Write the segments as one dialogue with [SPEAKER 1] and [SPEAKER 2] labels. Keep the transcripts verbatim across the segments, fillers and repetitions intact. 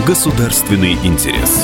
[SPEAKER 1] Государственный интерес.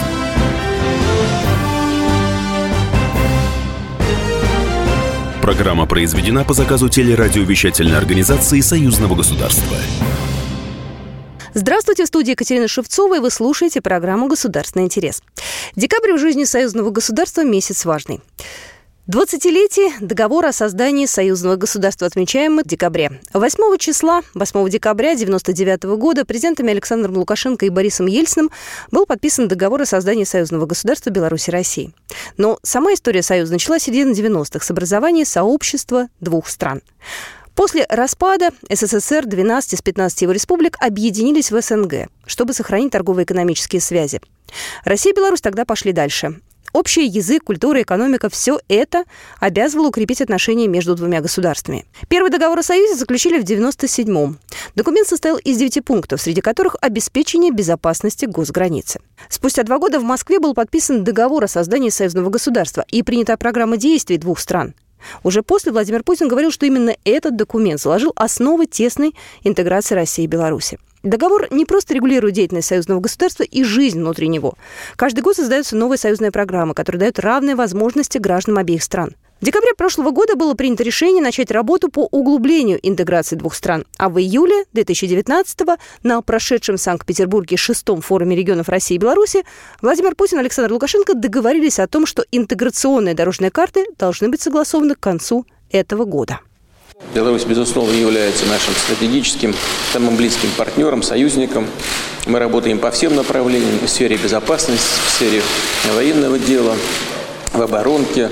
[SPEAKER 1] Программа произведена по заказу телерадиовещательной организации Союзного государства.
[SPEAKER 2] Здравствуйте, в студии Екатерина Шевцова, и вы слушаете программу «Государственный интерес». Декабрь в жизни Союзного государства – месяц важный. двадцатилетие договора о создании Союзного государства отмечаем мы в декабре. восьмого числа, восьмого декабря девяносто девятого года президентами Александром Лукашенко и Борисом Ельциным был подписан договор о создании Союзного государства Беларуси и России. Но сама история Союза началась в середине девяностых с образования сообщества двух стран. После распада СССР двенадцать из пятнадцати его республик объединились в СНГ, чтобы сохранить торгово-экономические связи. Россия и Беларусь тогда пошли дальше. Общий язык, культура, экономика – все это обязывало укрепить отношения между двумя государствами. Первый договор о Союзе заключили в девяносто седьмом. Документ состоял из девяти пунктов, среди которых обеспечение безопасности госграницы. Спустя два года в Москве был подписан договор о создании Союзного государства и принята программа действий двух стран. Уже после Владимир Путин говорил, что именно этот документ заложил основы тесной интеграции России и Беларуси. Договор не просто регулирует деятельность союзного государства и жизнь внутри него. Каждый год создаются новые союзные программы, которые дают равные возможности гражданам обеих стран. В декабре прошлого года было принято решение начать работу по углублению интеграции двух стран. А в июле две тысячи девятнадцатого на прошедшем в Санкт-Петербурге шестом форуме регионов России и Беларуси Владимир Путин и Александр Лукашенко договорились о том, что интеграционные дорожные карты должны быть согласованы к концу этого года.
[SPEAKER 3] Беларусь, безусловно, является нашим стратегическим, самым близким партнером, союзником. Мы работаем по всем направлениям: в сфере безопасности, в сфере военного дела, в оборонке,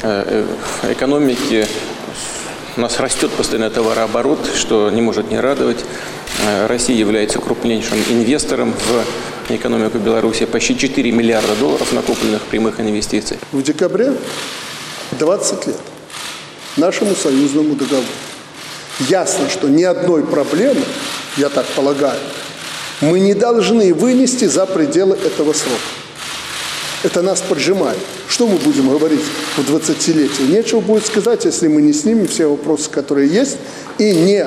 [SPEAKER 3] в экономике. У нас растет постоянно товарооборот, что не может не радовать. Россия является крупнейшим инвестором в экономику Беларуси. Почти четыре миллиарда долларов накопленных прямых инвестиций.
[SPEAKER 4] В декабре двадцать лет нашему союзному договору. Ясно, что ни одной проблемы, я так полагаю, мы не должны вынести за пределы этого срока. Это нас поджимает. Что мы будем говорить в двадцатилетие? Нечего будет сказать, если мы не снимем все вопросы, которые есть, и не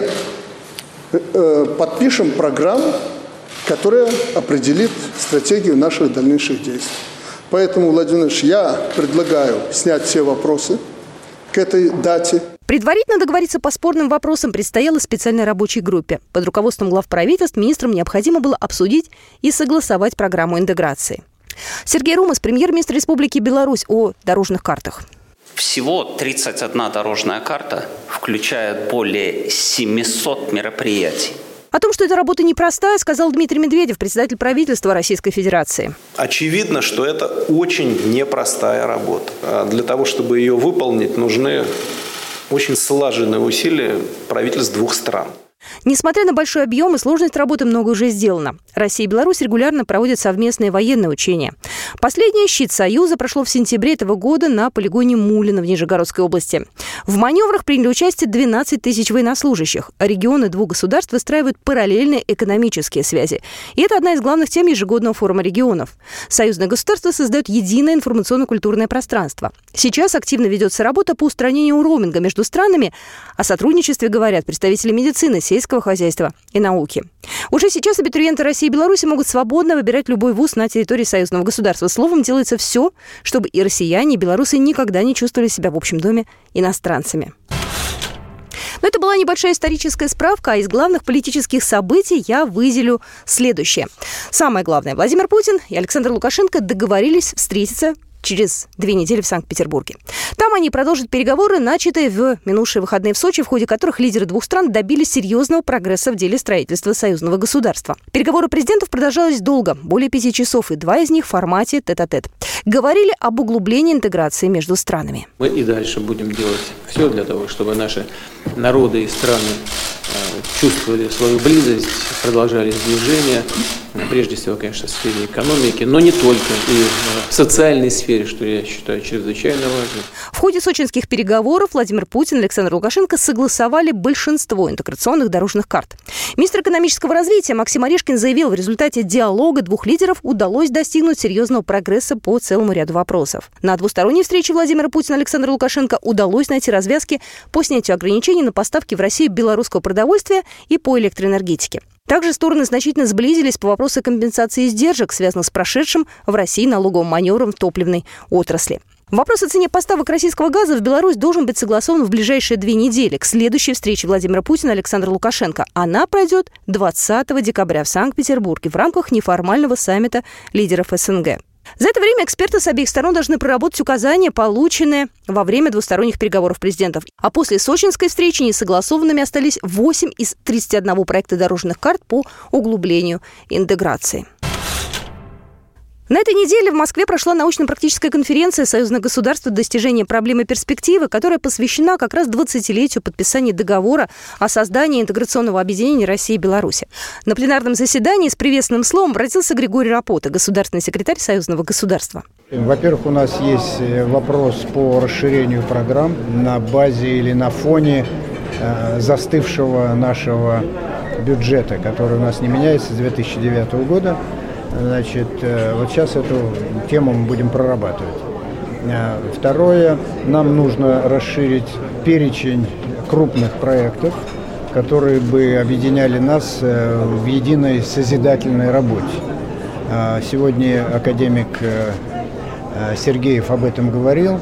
[SPEAKER 4] э, подпишем программу, которая определит стратегию наших дальнейших действий. Поэтому, Владимир Ильич, я предлагаю снять все вопросы к этой дате.
[SPEAKER 2] Предварительно договориться по спорным вопросам предстояло специальной рабочей группе. Под руководством глав правительств министрам необходимо было обсудить и согласовать программу интеграции. Сергей Румас, премьер-министр Республики Беларусь, о дорожных картах.
[SPEAKER 5] Всего тридцать одна дорожная карта включает более семисот мероприятий.
[SPEAKER 2] О том, что эта работа непростая, сказал Дмитрий Медведев, председатель правительства Российской Федерации.
[SPEAKER 6] Очевидно, что это очень непростая работа. Для того, чтобы ее выполнить, нужны очень слаженные усилия правительств двух стран.
[SPEAKER 2] Несмотря на большой объем и сложность работы, много уже сделано. Россия и Беларусь регулярно проводят совместные военные учения. Последний «Щит Союза» прошло в сентябре этого года на полигоне Мулино в Нижегородской области. В маневрах приняли участие двенадцать тысяч военнослужащих. Регионы двух государств выстраивают параллельные экономические связи. И это одна из главных тем ежегодного форума регионов. Союзное государство создает единое информационно-культурное пространство. Сейчас активно ведется работа по устранению роуминга между странами. О сотрудничестве говорят представители медицины, сельского хозяйства и науки. Уже сейчас абитуриенты России и Беларуси могут свободно выбирать любой вуз на территории союзного государства. Словом, делается все, чтобы и россияне, и белорусы никогда не чувствовали себя в общем доме иностранцами. Но это была небольшая историческая справка, а из главных политических событий я выделю следующее. Самое главное. Владимир Путин и Александр Лукашенко договорились встретиться через две недели в Санкт-Петербурге. Там они продолжат переговоры, начатые в минувшие выходные в Сочи, в ходе которых лидеры двух стран добились серьезного прогресса в деле строительства союзного государства. Переговоры президентов продолжались долго, более пяти часов, и два из них в формате тет-а-тет. Говорили об углублении интеграции между странами.
[SPEAKER 3] Мы и дальше будем делать все для того, чтобы наши народы и страны чувствовали свою близость, продолжали сближение, прежде всего, конечно, в сфере экономики, но не только, и в социальной сфере, что я считаю чрезвычайно важным.
[SPEAKER 2] В ходе сочинских переговоров Владимир Путин и Александр Лукашенко согласовали большинство интеграционных дорожных карт. Министр экономического развития Максим Орешкин заявил, в результате диалога двух лидеров удалось достигнуть серьезного прогресса по целому ряду вопросов. На двусторонней встрече Владимира Путина и Александра Лукашенко удалось найти развязки по снятию ограничений на поставки в Россию белорусского продовольствия и по электроэнергетике. Также стороны значительно сблизились по вопросу компенсации издержек, связанных с прошедшим в России налоговым маневром в топливной отрасли. Вопрос о цене поставок российского газа в Беларусь должен быть согласован в ближайшие две недели к следующей встрече Владимира Путина и Александра Лукашенко. Она пройдет двадцатого декабря в Санкт-Петербурге в рамках неформального саммита лидеров СНГ. За это время эксперты с обеих сторон должны проработать указания, полученные во время двусторонних переговоров президентов. А после сочинской встречи несогласованными остались восемь из тридцати одного проекта дорожных карт по углублению интеграции. На этой неделе в Москве прошла научно-практическая конференция «Союзное государство. Достижение проблем и перспективы», которая посвящена как раз двадцатилетию подписания договора о создании интеграционного объединения России и Беларуси. На пленарном заседании с приветственным словом обратился Григорий Рапота, государственный секретарь Союзного государства.
[SPEAKER 7] Во-первых, у нас есть вопрос по расширению программ на базе или на фоне э, застывшего нашего бюджета, который у нас не меняется с две тысячи девятого года. Значит, вот сейчас эту тему мы будем прорабатывать. Второе, нам нужно расширить перечень крупных проектов, которые бы объединяли нас в единой созидательной работе. Сегодня академик Сергеев об этом говорил.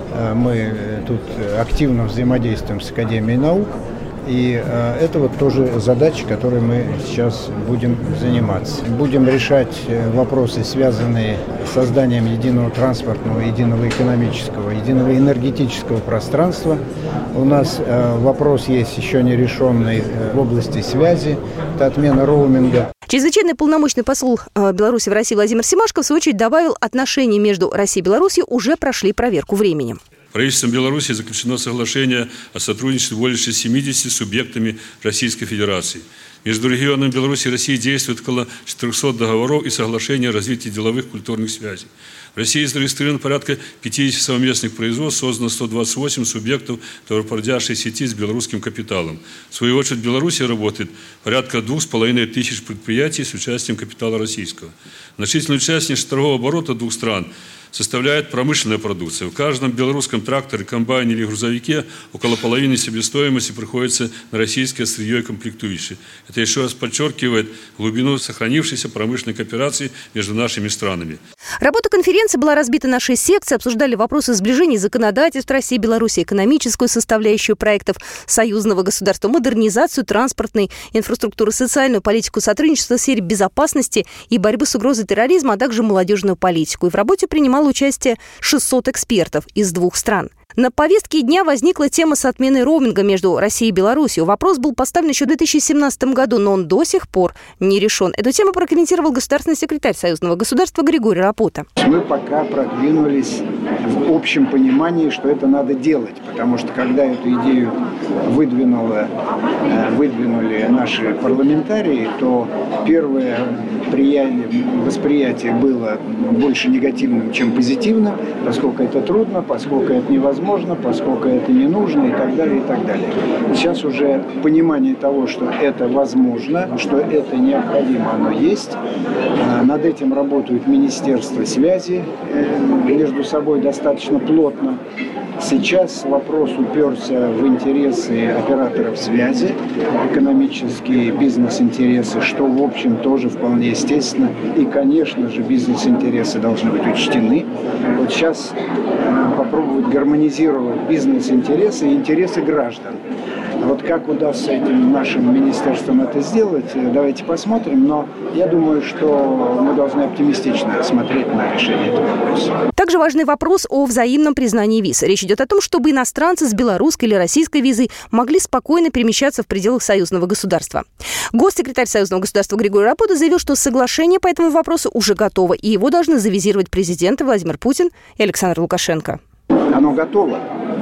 [SPEAKER 7] Мы тут активно взаимодействуем с Академией наук. И э, это вот тоже задача, которой мы сейчас будем заниматься. Будем решать вопросы, связанные с созданием единого транспортного, единого экономического, единого энергетического пространства. У нас э, вопрос есть еще нерешенный э, в области связи, это отмена роуминга.
[SPEAKER 2] Чрезвычайный полномочный посол Беларуси в России Владимир Семашко, в свою очередь, добавил, отношения между Россией и Беларусью уже прошли проверку временем.
[SPEAKER 8] Правительством Беларуси заключено соглашение о сотрудничестве более чем семидесяти субъектами Российской Федерации. Между регионами Беларуси и России действует около четырехсот договоров и соглашений о развитии деловых культурных связей. В России зарегистрировано порядка пятидесяти совместных производств, создано сто двадцать восемь субъектов товаропроводящей сети с белорусским капиталом. В свою очередь в Беларуси работает порядка двух с половиной тысяч предприятий с участием капитала российского. Значительную часть внешнеторгового оборота двух стран составляет промышленная продукция. В каждом белорусском тракторе, комбайне или грузовике около половины себестоимости приходится на российское сырье и комплектующие. Это еще раз подчеркивает глубину сохранившейся промышленной кооперации между нашими странами.
[SPEAKER 2] Работа конференции была разбита на шесть секций. Обсуждали вопросы сближения законодательств России и Беларуси, экономическую составляющую проектов союзного государства, модернизацию транспортной инфраструктуры, социальную политику, сотрудничество в сфере безопасности и борьбы с угрозой терроризма, а также молодежную политику. И в работе принимало участие шестьсот экспертов из двух стран. На повестке дня возникла тема с отменой роуминга между Россией и Беларусью. Вопрос был поставлен еще в две тысячи семнадцатом году, но он до сих пор не решен. Эту тему прокомментировал государственный секретарь Союзного государства Григорий Рапота.
[SPEAKER 7] Мы пока продвинулись в общем понимании, что это надо делать, потому что когда эту идею выдвинуло, выдвинули наши парламентарии, то первое восприятие было больше негативным, чем позитивным, поскольку это трудно, поскольку это невозможно, поскольку это не нужно и так далее, и так далее. Сейчас уже понимание того, что это возможно, что это необходимо, оно есть. Над этим работают министерства связи между собой достаточно плотно. Сейчас вопрос уперся в интересы операторов связи, экономические бизнес-интересы, что, в общем, тоже вполне естественно. И, конечно же, бизнес-интересы должны быть учтены. Вот сейчас попробовать гармонизировать бизнес-интересы и интересы граждан. Вот как удастся этим нашим министерствам это сделать, давайте посмотрим. Но я думаю, что мы должны оптимистично смотреть на решение этого вопроса.
[SPEAKER 2] Также важный вопрос о взаимном признании виз. Речь идет о том, чтобы иностранцы с белорусской или российской визой могли спокойно перемещаться в пределах союзного государства. Госсекретарь Союзного государства Григорий Рапота заявил, что соглашение по этому вопросу уже готово, и его должны завизировать президенты Владимир Путин и Александр Лукашенко.
[SPEAKER 7] Оно готово.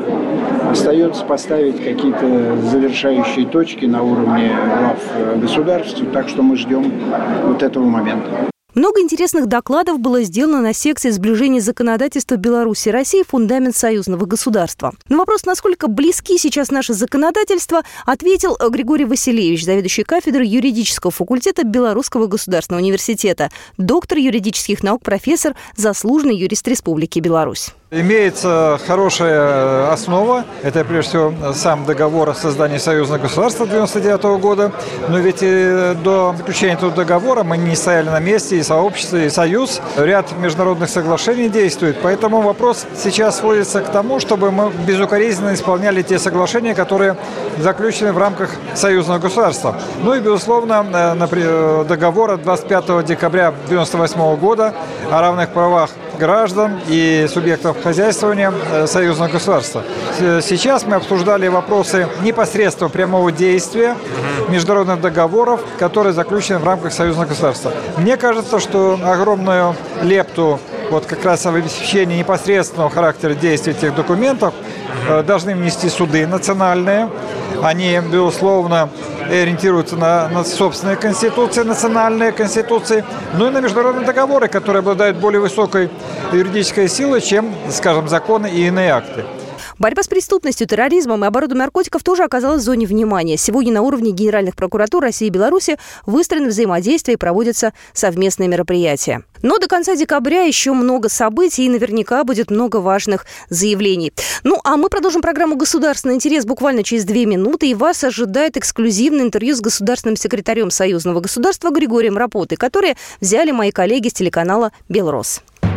[SPEAKER 7] Остается поставить какие-то завершающие точки на уровне глав государств, так что мы ждем вот этого момента.
[SPEAKER 2] Много интересных докладов было сделано на секции сближения законодательства Беларуси и России «Фундамент союзного государства». На вопрос, насколько близки сейчас наши законодательства, ответил Григорий Василевич, заведующий кафедрой юридического факультета Белорусского государственного университета, доктор юридических наук, профессор, заслуженный юрист Республики Беларусь.
[SPEAKER 9] Имеется хорошая основа. Это, прежде всего, сам договор о создании союзного государства девяносто девятого года. Но ведь и до заключения этого договора мы не стояли на месте, и сообщество, и союз. Ряд международных соглашений действует. Поэтому вопрос сейчас сводится к тому, чтобы мы безукоризненно исполняли те соглашения, которые заключены в рамках союзного государства. Ну и, безусловно, например, договор от двадцать пятого декабря девяносто восьмого года о равных правах граждан и субъектов хозяйствования союзного государства. Сейчас мы обсуждали вопросы непосредственно прямого действия международных договоров, которые заключены в рамках союзного государства. Мне кажется, что огромную лепту вот как раз в обеспечении непосредственного характера действия этих документов должны внести суды национальные. Они, безусловно, ориентируются на, на собственные конституции, национальные конституции, но и на международные договоры, которые обладают более высокой юридической силой, чем, скажем, законы и иные акты.
[SPEAKER 2] Борьба с преступностью, терроризмом и оборотом наркотиков тоже оказалась в зоне внимания. Сегодня на уровне генеральных прокуратур России и Беларуси выстроено взаимодействие и проводятся совместные мероприятия. Но до конца декабря еще много событий и наверняка будет много важных заявлений. Ну, а мы продолжим программу «Государственный интерес» буквально через две минуты. И вас ожидает эксклюзивное интервью с государственным секретарем Союзного государства Григорием Рапотой, которые взяли мои коллеги с телеканала «Белрос».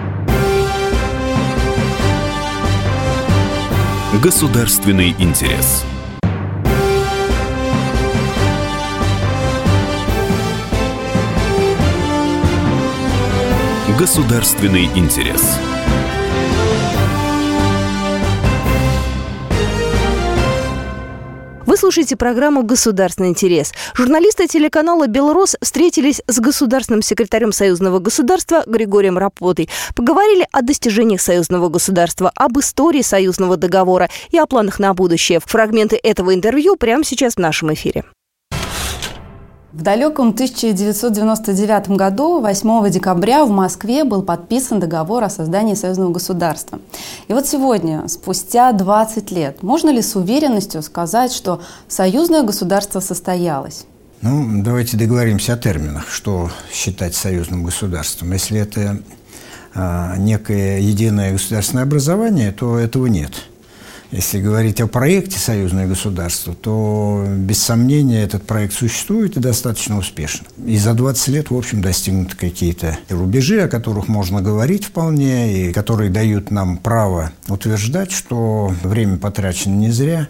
[SPEAKER 1] Государственный интерес. Государственный интерес.
[SPEAKER 2] Вы слушаете программу «Государственный интерес». Журналисты телеканала «Белрос» встретились с государственным секретарем Союзного государства Григорием Рапотой. Поговорили о достижениях Союзного государства, об истории Союзного договора и о планах на будущее. Фрагменты этого интервью прямо сейчас в нашем эфире.
[SPEAKER 10] В далеком тысяча девятьсот девяносто девятом году, восьмого декабря, в Москве был подписан договор о создании союзного государства. И вот сегодня, спустя двадцать лет, можно ли с уверенностью сказать, что союзное государство состоялось?
[SPEAKER 7] Ну, давайте договоримся о терминах, что считать союзным государством. Если это а, некое единое государственное образование, то этого нет. Если говорить о проекте «Союзное государство», то, без сомнения, этот проект существует и достаточно успешен. И за двадцать лет, в общем, достигнуты какие-то рубежи, о которых можно говорить вполне, и которые дают нам право утверждать, что время потрачено не зря,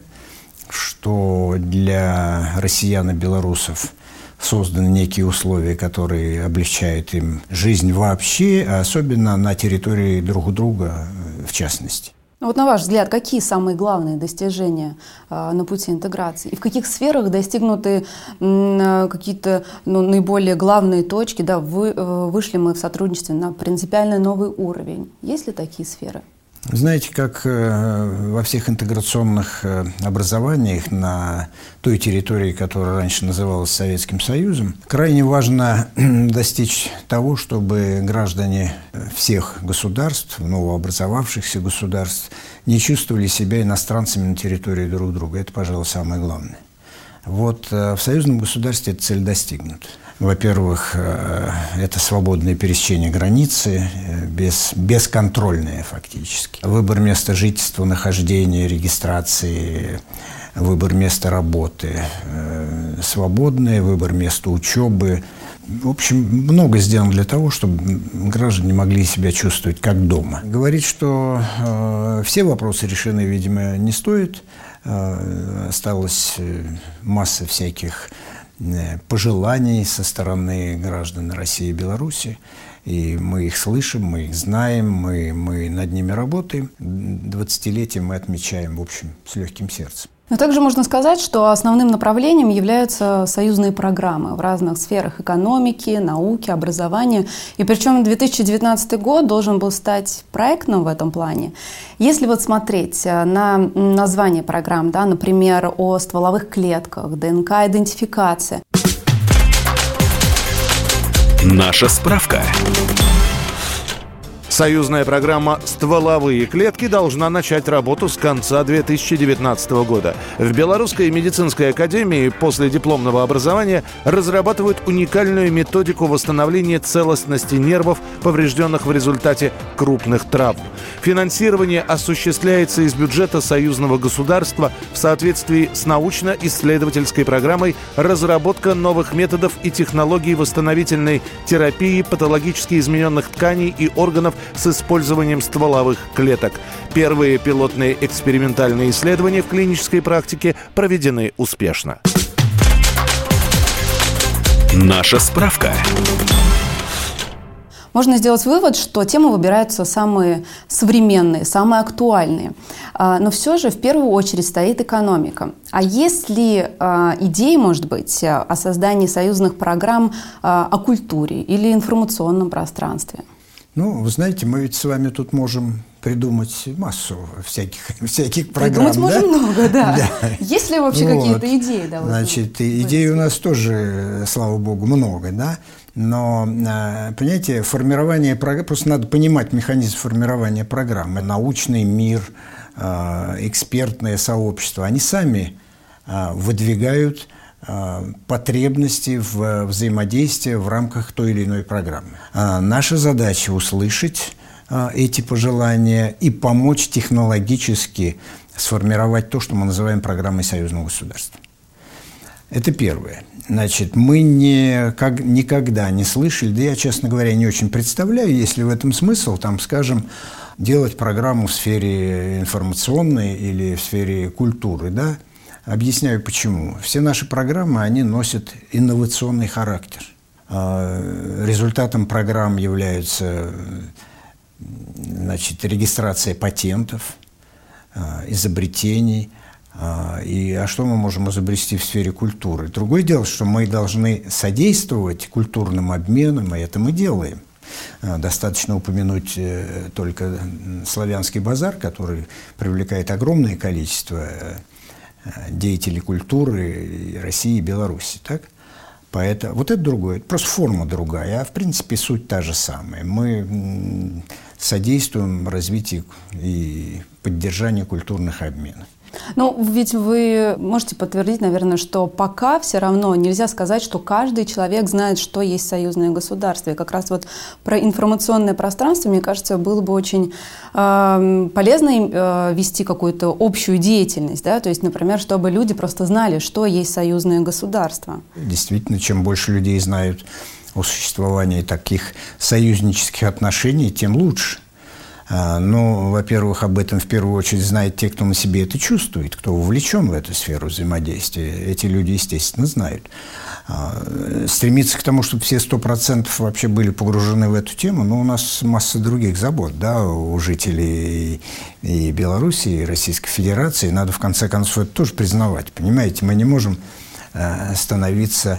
[SPEAKER 7] что для россиян и белорусов созданы некие условия, которые облегчают им жизнь вообще, а особенно на территории друг друга в частности.
[SPEAKER 10] Вот на ваш взгляд, какие самые главные достижения э, на пути интеграции? И в каких сферах достигнуты э, какие-то ну, наиболее главные точки? Да, вы, э, вышли мы в сотрудничестве на принципиально новый уровень. Есть ли такие сферы?
[SPEAKER 7] Знаете, как э, во всех интеграционных э, образованиях на той территории, которая раньше называлась Советским Союзом, крайне важно достичь того, чтобы граждане всех государств, новообразовавшихся государств, не чувствовали себя иностранцами на территории друг друга. Это, пожалуй, самое главное. Вот э, в союзном государстве эта цель достигнута. Во-первых, это свободное пересечение границы, без, бесконтрольное фактически. Выбор места жительства, нахождения, регистрации, выбор места работы, свободное, выбор места учебы. В общем, много сделано для того, чтобы граждане могли себя чувствовать как дома. Говорить, что э, все вопросы решены, видимо, не стоит. Э, осталась масса всяких пожеланий со стороны граждан России и Беларуси. И мы их слышим, мы их знаем, мы, мы над ними работаем. двадцатилетие мы отмечаем, в общем, с легким сердцем.
[SPEAKER 10] Но также можно сказать, что основным направлением являются союзные программы в разных сферах экономики, науки, образования. И причем две тысячи девятнадцатый год должен был стать проектным в этом плане. Если вот смотреть на название программ, да, например, о стволовых клетках, ДНК-идентификация.
[SPEAKER 1] Наша справка.
[SPEAKER 11] Союзная программа «Стволовые клетки» должна начать работу с конца две тысячи девятнадцатого года. В Белорусской медицинской академии после дипломного образования разрабатывают уникальную методику восстановления целостности нервов, поврежденных в результате крупных травм. Финансирование осуществляется из бюджета союзного государства в соответствии с научно-исследовательской программой «Разработка новых методов и технологий восстановительной терапии патологически измененных тканей и органов с использованием стволовых клеток». Первые пилотные экспериментальные исследования в клинической практике проведены успешно.
[SPEAKER 1] Наша справка.
[SPEAKER 10] Можно сделать вывод, что темы выбираются самые современные, самые актуальные. Но все же в первую очередь стоит экономика. А есть ли идеи, может быть, о создании союзных программ о культуре или информационном пространстве?
[SPEAKER 7] Ну, вы знаете, мы ведь с вами тут можем придумать массу всяких, всяких программ.
[SPEAKER 10] Придумать можем
[SPEAKER 7] да?
[SPEAKER 10] много, да.
[SPEAKER 7] да.
[SPEAKER 10] Есть ли вообще вот. какие-то идеи? Да,
[SPEAKER 7] Значит, идей у нас тоже, слава богу, много, да. Но, понимаете, формирование программ, просто надо понимать механизм формирования программы. Научный мир, экспертное сообщество, они сами выдвигают потребности в взаимодействии в рамках той или иной программы. Наша задача услышать эти пожелания и помочь технологически сформировать то, что мы называем программой союзного государства. Это первое. Значит, мы не, как, никогда не слышали, да я, честно говоря, не очень представляю, есть ли в этом смысл, там, скажем, делать программу в сфере информационной или в сфере культуры, да? Объясняю, почему. Все наши программы, они носят инновационный характер. Результатом программ являются, значит, регистрация патентов, изобретений. И, а что мы можем изобрести в сфере культуры? Другое дело, что мы должны содействовать культурным обменам, и это мы делаем. Достаточно упомянуть только «Славянский базар», который привлекает огромное количество деятелей культуры России и Беларуси, так? Поэтому вот это другое, это просто форма другая, а в принципе суть та же самая. Мы содействуем развитию и поддержанию культурных обменов.
[SPEAKER 10] Ну, ведь вы можете подтвердить, наверное, что пока все равно нельзя сказать, что каждый человек знает, что есть союзное государство. И как раз вот про информационное пространство, мне кажется, было бы очень э, полезно э, вести какую-то общую деятельность, да? То есть, например, чтобы люди просто знали, что есть союзное государство. Действительно,
[SPEAKER 7] чем больше людей знают о существовании таких союзнических отношений, тем лучше. Ну, во-первых, об этом в первую очередь знают те, кто на себе это чувствует, кто вовлечен в эту сферу взаимодействия. Эти люди, естественно, знают. Стремиться к тому, чтобы все сто процентов вообще были погружены в эту тему, но у нас масса других забот, да, у жителей и Беларуси, и Российской Федерации. Надо, в конце концов, это тоже признавать. Понимаете, мы не можем становиться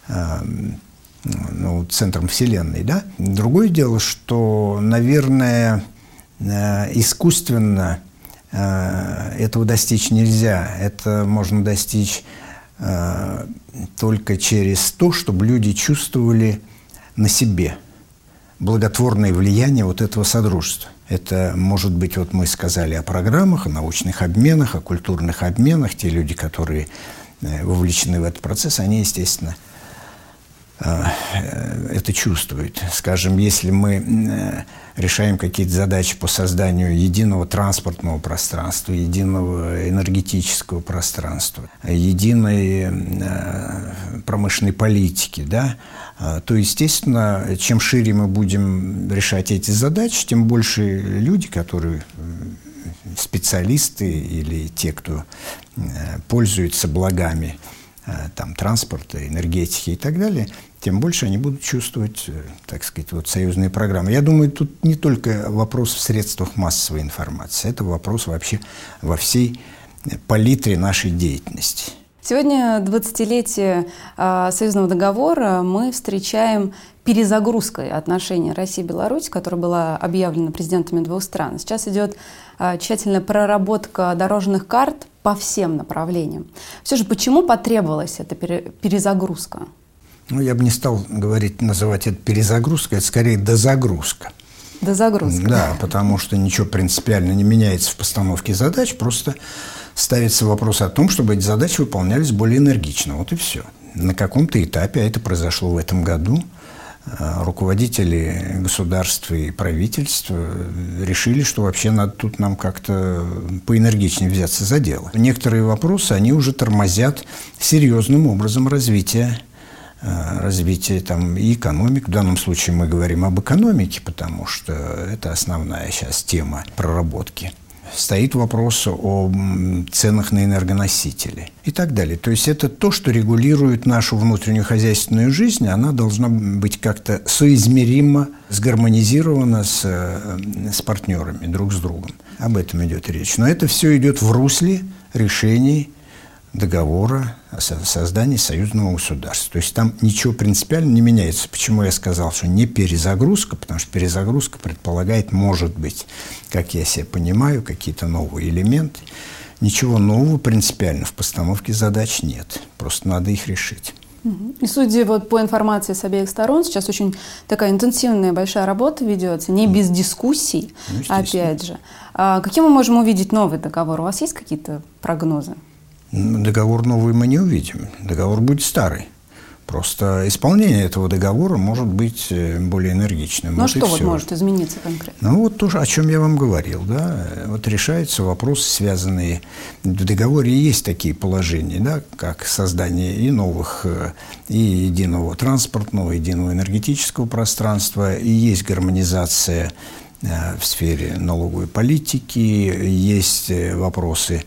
[SPEAKER 7] ну, центром Вселенной, да? Другое дело, что, наверное, искусственно этого достичь нельзя. Это можно достичь только через то, чтобы люди чувствовали на себе благотворное влияние вот этого содружества. Это может быть, вот мы сказали о программах, о научных обменах, о культурных обменах. Те люди, которые вовлечены в этот процесс, они, естественно, это чувствуют. Скажем, если мы решаем какие-то задачи по созданию единого транспортного пространства, единого энергетического пространства, единой промышленной политики, да, то, естественно, чем шире мы будем решать эти задачи, тем больше люди, которые специалисты или те, кто пользуются благами там, транспорта, энергетики и так далее, тем больше они будут чувствовать, так сказать, вот, союзные программы. Я думаю, тут не только вопрос в средствах массовой информации, это вопрос вообще во всей палитре нашей деятельности. Сегодня двадцатилетие э, союзного договора мы встречаем перезагрузкой отношений России и Беларуси, которая была объявлена президентами двух стран. Сейчас идет э, тщательная проработка дорожных карт по всем направлениям. Все же почему потребовалась эта перезагрузка? Ну, я бы не стал говорить, называть это перезагрузкой, это скорее дозагрузка.
[SPEAKER 10] Дозагрузка.
[SPEAKER 12] Да, потому что ничего принципиально не меняется в постановке задач, просто ставится вопрос о том, чтобы эти задачи выполнялись более энергично. Вот и все. На каком-то этапе, а это произошло в этом году, руководители государств и правительств решили, что вообще надо тут нам как-то поэнергичнее взяться за дело. Некоторые вопросы, они уже тормозят серьезным образом развитие, развитие там, и экономик. В данном случае мы говорим об экономике, потому что это основная сейчас тема проработки. Стоит вопрос о ценах на энергоносители и так далее. То есть это то, что регулирует нашу внутреннюю хозяйственную жизнь, она должна быть как-то соизмеримо, сгармонизирована с, с партнерами, друг с другом. Об этом идет речь. Но это все идет в русле решений договора о создании союзного государства. То есть там ничего принципиально не меняется. Почему я сказал, что не перезагрузка? Потому что перезагрузка предполагает, может быть, как я себе понимаю, какие-то новые элементы. Ничего нового принципиально в постановке задач нет. Просто надо их решить.
[SPEAKER 10] И судя вот по информации с обеих сторон, сейчас очень такая интенсивная большая работа ведется, не без дискуссий, ну, опять же. А каким мы можем увидеть новый договор? У вас есть какие-то прогнозы?
[SPEAKER 12] Договор новый мы не увидим. Договор будет старый. Просто исполнение этого договора может быть более энергичным.
[SPEAKER 10] Ну
[SPEAKER 12] вот
[SPEAKER 10] что вот может измениться конкретно?
[SPEAKER 12] Ну вот то, о чем я вам говорил. Да? Вот решаются вопросы, связанные... В договоре есть такие положения, да, как создание и новых, и единого транспортного, единого энергетического пространства, и есть гармонизация в сфере налоговой политики, есть вопросы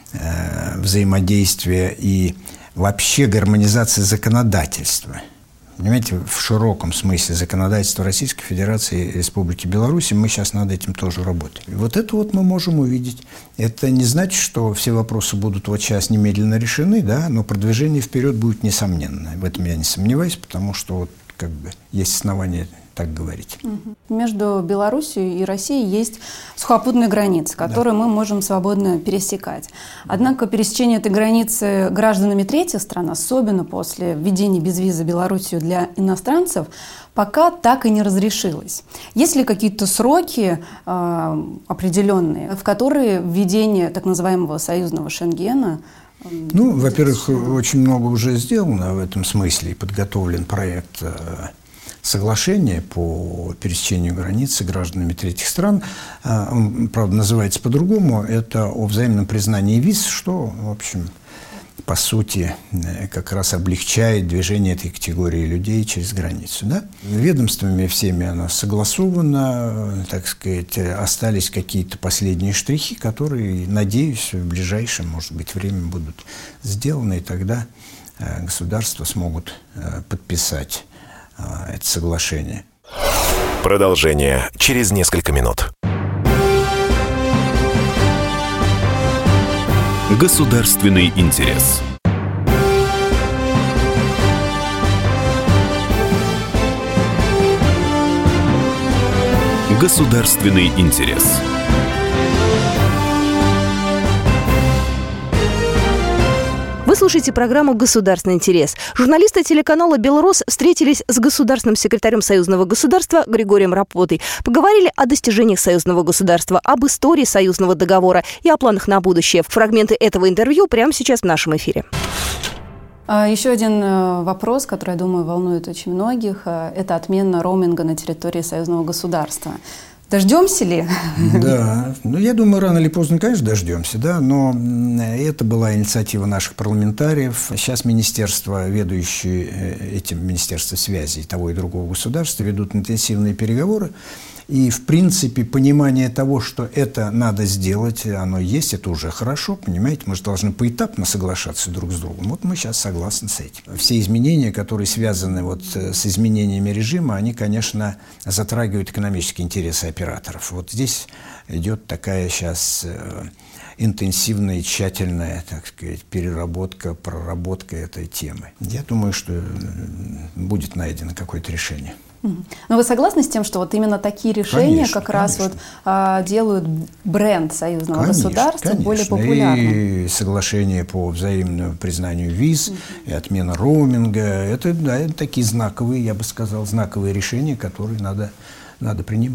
[SPEAKER 12] взаимодействия и вообще гармонизации законодательства. Понимаете, в широком смысле законодательства Российской Федерации и Республики Беларусь, мы сейчас над этим тоже работаем. И вот это вот мы можем увидеть. Это не значит, что все вопросы будут вот сейчас немедленно решены, да, но продвижение вперед будет несомненно. В этом я не сомневаюсь, потому что вот как бы есть основания так говорить.
[SPEAKER 10] Между Белоруссией и Россией есть сухопутная граница, которую да. мы можем свободно пересекать. Однако пересечение этой границы гражданами третьих стран, особенно после введения безвиза Белоруссию для иностранцев, пока так и не разрешилось. Есть ли какие-то сроки э, определенные, в которые введение так называемого союзного Шенгена?
[SPEAKER 12] Ну, во-первых, очень много уже сделано в этом смысле, и подготовлен проект э, соглашение по пересечению границы гражданами третьих стран. Он, правда, называется по-другому. Это о взаимном признании виз, что, в общем, по сути, как раз облегчает движение этой категории людей через границу. Да? Ведомствами всеми оно согласовано, так сказать, остались какие-то последние штрихи, которые, надеюсь, в ближайшее, может быть, время будут сделаны, и тогда государства смогут подписать это соглашение.
[SPEAKER 1] Продолжение через несколько минут. Государственный интерес. Государственный интерес.
[SPEAKER 2] Вы слушаете программу «Государственный интерес». Журналисты телеканала «Белрос» встретились с государственным секретарем союзного государства Григорием Рапотой. Поговорили о достижениях союзного государства, об истории союзного договора и о планах на будущее. Фрагменты этого интервью прямо сейчас в нашем эфире.
[SPEAKER 10] Еще один вопрос, который, я думаю, волнует очень многих, это отмена роуминга на территории союзного государства. Дождемся ли?
[SPEAKER 12] Да, ну я думаю, рано или поздно, конечно, дождемся, да, но это была инициатива наших парламентариев. Сейчас министерства, ведущие этим, Министерство связи того и другого государства, ведут интенсивные переговоры. И, в принципе, понимание того, что это надо сделать, оно есть, это уже хорошо, понимаете? Мы же должны поэтапно соглашаться друг с другом. Вот мы сейчас согласны с этим. Все изменения, которые связаны вот с изменениями режима, они, конечно, затрагивают экономические интересы операторов. Вот здесь идет такая сейчас интенсивная и тщательная, так сказать, переработка, проработка этой темы. Я думаю, что будет найдено какое-то решение.
[SPEAKER 10] Но вы согласны с тем, что вот именно такие решения конечно, как раз вот, а, делают бренд союзного конечно, государства конечно. более популярным?
[SPEAKER 12] И соглашение по взаимному признанию виз, угу. и отмена роуминга, это, да, это такие знаковые, я бы сказал, знаковые решения, которые надо, надо принимать.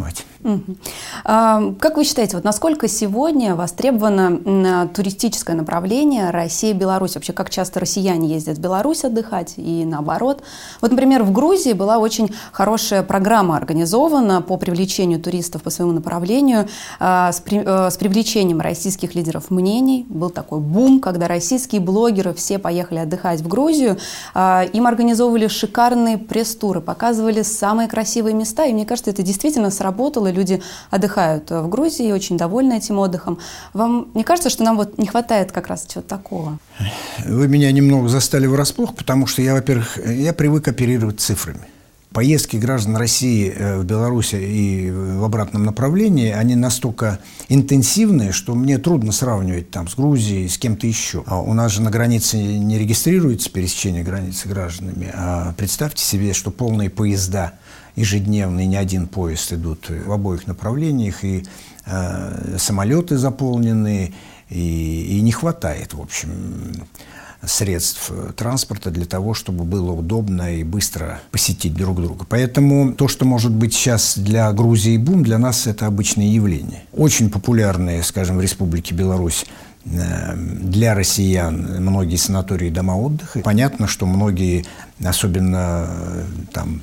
[SPEAKER 10] Угу. А, как вы считаете, вот насколько сегодня востребовано туристическое направление Россия-Беларусь? Вообще, как часто россияне ездят в Беларусь отдыхать и наоборот? Вот, например, в Грузии была очень хорошая программа организована по привлечению туристов по своему направлению, а, с, при, а, с привлечением российских лидеров мнений. Был такой бум, когда российские блогеры все поехали отдыхать в Грузию. А, им организовывали шикарные пресс-туры, показывали самые красивые места, и мне кажется, это действительно сработало. Люди отдыхают в Грузии, очень довольны этим отдыхом. Вам не кажется, что нам вот не хватает как раз чего-то такого?
[SPEAKER 12] Вы меня немного застали врасплох, потому что я, во-первых, я привык оперировать цифрами. Поездки граждан России в Беларусь и в обратном направлении, они настолько интенсивные, что мне трудно сравнивать там с Грузией, с кем-то еще. А у нас же на границе не регистрируется пересечение границы гражданами. А представьте себе, что полные поезда ежедневно, и не один поезд идут в обоих направлениях, и э, самолеты заполнены, и, и не хватает, в общем, средств транспорта для того, чтобы было удобно и быстро посетить друг друга. Поэтому то, что может быть сейчас для Грузии бум, для нас это обычное явление. Очень популярные, скажем, в Республике Беларусь для россиян многие санатории и дома отдыха. Понятно, что многие, особенно там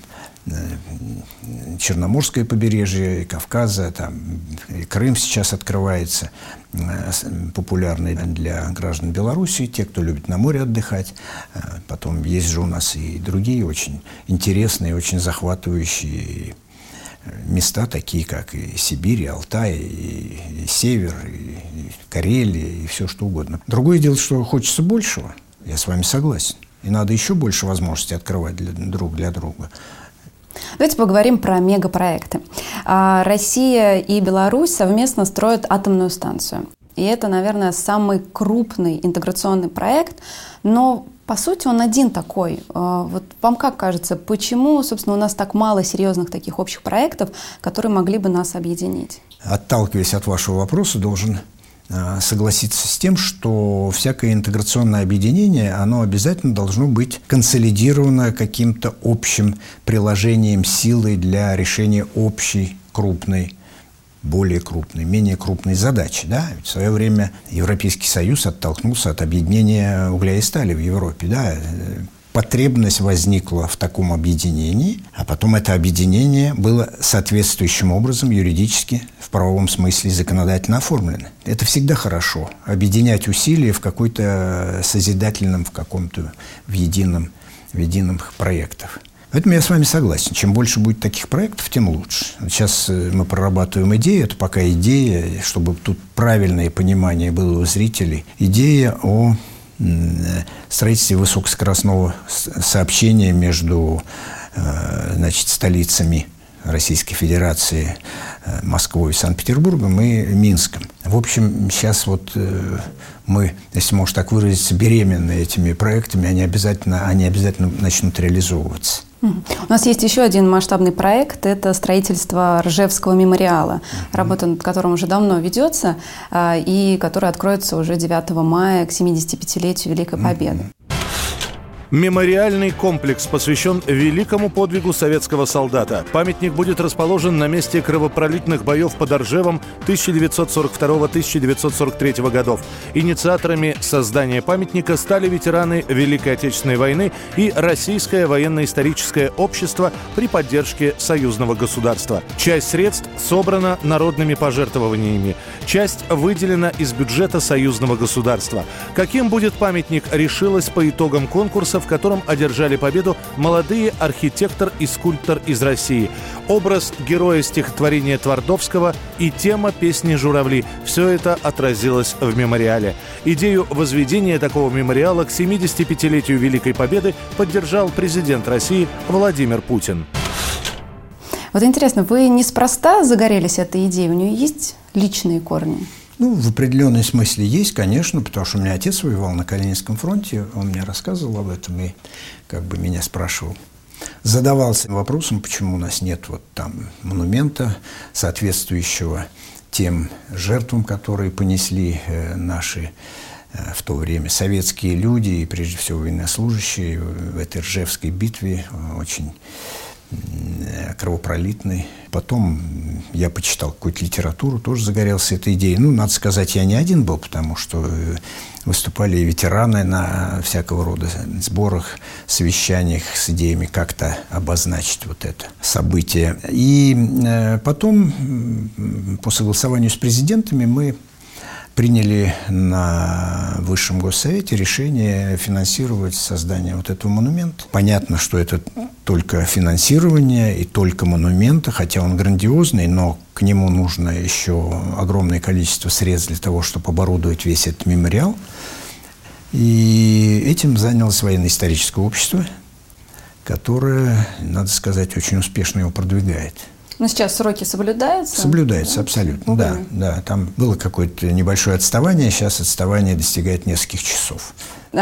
[SPEAKER 12] Черноморское побережье, Кавказа, там, и Крым сейчас открывается, популярный для граждан Беларуси, те, кто любит на море отдыхать. Потом есть же у нас и другие очень интересные, очень захватывающие места, такие как и Сибирь, и Алтай, и, и Север, и, и Карелия, и все что угодно. Другое дело, что хочется большего, я с вами согласен. И надо еще больше возможностей открывать для, друг для друга.
[SPEAKER 10] Давайте поговорим про мегапроекты. Россия и Беларусь совместно строят атомную станцию. И это, наверное, самый крупный интеграционный проект, но по сути он один такой. Вот вам как кажется, почему, собственно, у нас так мало серьезных таких общих проектов, которые могли бы нас объединить?
[SPEAKER 12] Отталкиваясь от вашего вопроса, должен согласиться с тем, что всякое интеграционное объединение, оно обязательно должно быть консолидировано каким-то общим приложением силы для решения общей, крупной, более крупной, менее крупной задачи. Да? Ведь в свое время Европейский Союз оттолкнулся от объединения угля и стали в Европе. Да? Потребность возникла в таком объединении, а потом это объединение было соответствующим образом юридически, в правовом смысле, законодательно оформлено. Это всегда хорошо. Объединять усилия в какой-то созидательном, в каком-то в едином, в единых проектах. Поэтому я с вами согласен. Чем больше будет таких проектов, тем лучше. Сейчас мы прорабатываем идею, это пока идея, чтобы тут правильное понимание было у зрителей. Идея о строительстве высокоскоростного сообщения между, значит, столицами Российской Федерации, Москвой, Санкт-Петербургом и Минском. В общем, сейчас вот мы, если можно так выразиться, беременны этими проектами, они обязательно, они обязательно начнут реализовываться.
[SPEAKER 10] У нас есть еще один масштабный проект – это строительство Ржевского мемориала, работа над которым уже давно ведется и который откроется уже девятого мая к семидесятипятилетию Великой Победы.
[SPEAKER 11] Мемориальный комплекс посвящен великому подвигу советского солдата. Памятник будет расположен на месте кровопролитных боев под Ржевом тысяча девятьсот сорок второго — тысяча девятьсот сорок третьего годов. Инициаторами создания памятника стали ветераны Великой Отечественной войны и Российское военно-историческое общество при поддержке союзного государства. Часть средств собрана народными пожертвованиями, часть выделена из бюджета союзного государства. Каким будет памятник, решилось по итогам конкурса, в котором одержали победу молодые архитектор и скульптор из России. Образ героя стихотворения Твардовского и тема песни «Журавли» – все это отразилось в мемориале. Идею возведения такого мемориала к семидесятипятилетию Великой Победы поддержал президент России Владимир Путин.
[SPEAKER 10] Вот интересно, вы неспроста загорелись этой идеей? У нее есть личные корни?
[SPEAKER 12] Ну, в определенном смысле есть, конечно, потому что у меня отец воевал на Калининском фронте, он мне рассказывал об этом и как бы меня спрашивал. Задавался вопросом, почему у нас нет вот там монумента, соответствующего тем жертвам, которые понесли э, наши э, в то время советские люди и, прежде всего, военнослужащие в этой Ржевской битве, очень кровопролитный. Потом я почитал какую-то литературу, тоже загорелся этой идеей. Ну, надо сказать, я не один был, потому что выступали и ветераны на всякого рода сборах, совещаниях с идеями как-то обозначить вот это событие. И потом, по согласованию с президентами, мы приняли на Высшем Госсовете решение финансировать создание вот этого монумента. Понятно, что это только финансирование и только монумента, хотя он грандиозный, но к нему нужно еще огромное количество средств для того, чтобы оборудовать весь этот мемориал. И этим занялось военно-историческое общество, которое, надо сказать, очень успешно его продвигает.
[SPEAKER 10] Но сейчас сроки соблюдаются?
[SPEAKER 12] Соблюдается, абсолютно, да, да. Там было какое-то небольшое отставание, сейчас отставание достигает нескольких часов.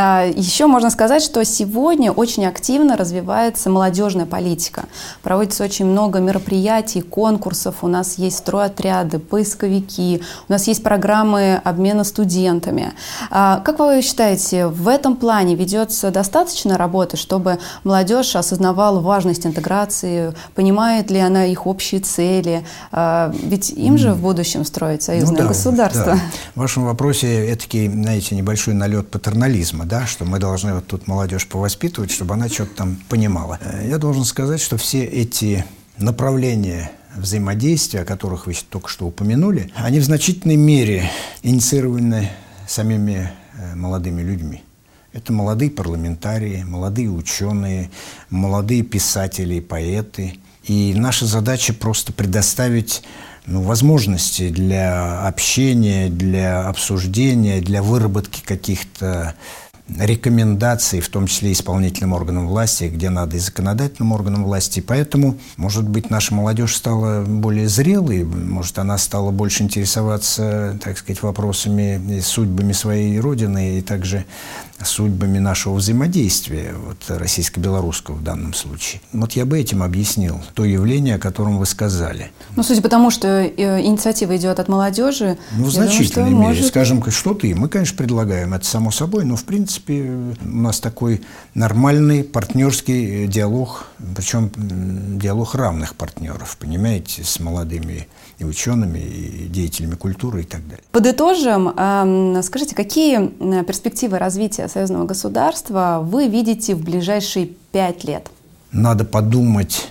[SPEAKER 10] Еще можно сказать, что сегодня очень активно развивается молодежная политика. Проводится очень много мероприятий, конкурсов. У нас есть стройотряды, поисковики, у нас есть программы обмена студентами. Как вы считаете, в этом плане ведется достаточно работы, чтобы молодежь осознавала важность интеграции, понимает ли она их общие цели? Ведь им же в будущем строить союзное ну, да, государство.
[SPEAKER 12] Да. В вашем вопросе этакий, знаете, небольшой налет патернализма. Да, что мы должны вот тут молодежь повоспитывать, чтобы она что-то там понимала. Я должен сказать, что все эти направления взаимодействия, о которых вы только что упомянули, они в значительной мере инициированы самими молодыми людьми. Это молодые парламентарии, молодые ученые, молодые писатели, поэты. И наша задача просто предоставить ну, возможности для общения, для обсуждения, для выработки каких-то рекомендаций, в том числе исполнительным органам власти, где надо и законодательным органам власти. Поэтому, может быть, наша молодежь стала более зрелой, может, она стала больше интересоваться, так сказать, вопросами и судьбами своей родины, и также судьбами нашего взаимодействия, вот, российско-белорусского в данном случае. Вот я бы этим объяснил то явление, о котором вы сказали.
[SPEAKER 10] Ну, судя по тому, что инициатива идет от молодежи,
[SPEAKER 12] ну, в значительной думаю, мере, может... скажем, что-то и мы, конечно, предлагаем, это само собой, но, в принципе, у нас такой нормальный партнерский диалог, причем диалог равных партнеров, понимаете, с молодыми и учеными, и деятелями культуры и так далее.
[SPEAKER 10] Подытожим, скажите, какие перспективы развития союзного государства вы видите в ближайшие пять лет?
[SPEAKER 12] Надо подумать,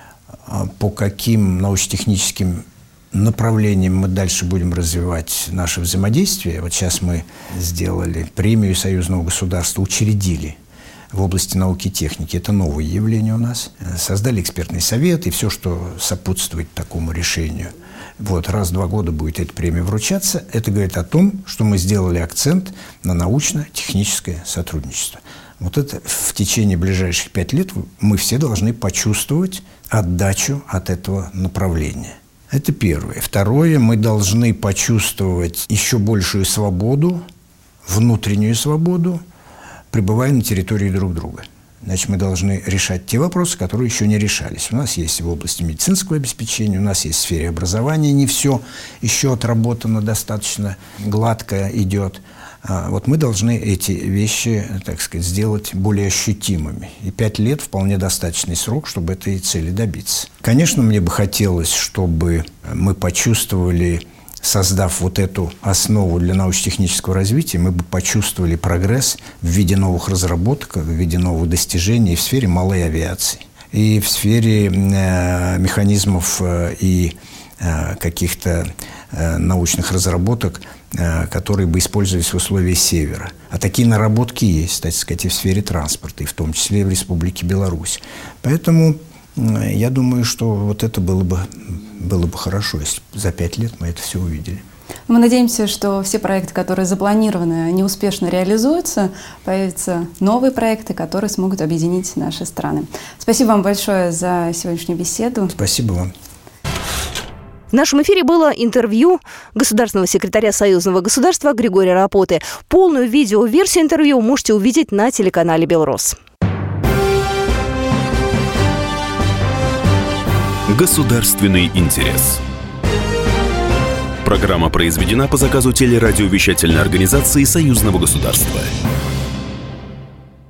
[SPEAKER 12] по каким научно-техническим направлением мы дальше будем развивать наше взаимодействие. Вот сейчас мы сделали премию союзного государства, учредили в области науки и техники. Это новое явление у нас. Создали экспертный совет и все, что сопутствует такому решению. Вот, раз в два года будет эта премия вручаться. Это говорит о том, что мы сделали акцент на научно-техническое сотрудничество. Вот это в течение ближайших пяти лет мы все должны почувствовать отдачу от этого направления. Это первое. Второе, мы должны почувствовать еще большую свободу, внутреннюю свободу, пребывая на территории друг друга. Значит, мы должны решать те вопросы, которые еще не решались. У нас есть в области медицинского обеспечения, у нас есть в сфере образования не все еще отработано достаточно гладко идет. Вот мы должны эти вещи, так сказать, сделать более ощутимыми. И пять лет вполне достаточный срок, чтобы этой цели добиться. Конечно, мне бы хотелось, чтобы мы почувствовали, создав вот эту основу для научно-технического развития, мы бы почувствовали прогресс в виде новых разработок, в виде новых достижений в сфере малой авиации, и в сфере э, механизмов э, и э, каких-то э, научных разработок, которые бы использовались в условиях Севера. А такие наработки есть, так сказать, и в сфере транспорта, и в том числе и в Республике Беларусь. Поэтому я думаю, что вот это было бы, было бы хорошо, если за пять лет мы это все увидели.
[SPEAKER 10] Мы надеемся, что все проекты, которые запланированы, они успешно реализуются, появятся новые проекты, которые смогут объединить наши страны. Спасибо вам большое за сегодняшнюю беседу.
[SPEAKER 12] Спасибо вам.
[SPEAKER 2] В нашем эфире было интервью государственного секретаря Союзного государства Григория Рапоты. Полную видеоверсию интервью можете увидеть на телеканале «Белрос».
[SPEAKER 1] Государственный интерес. Программа произведена по заказу телерадиовещательной организации Союзного государства.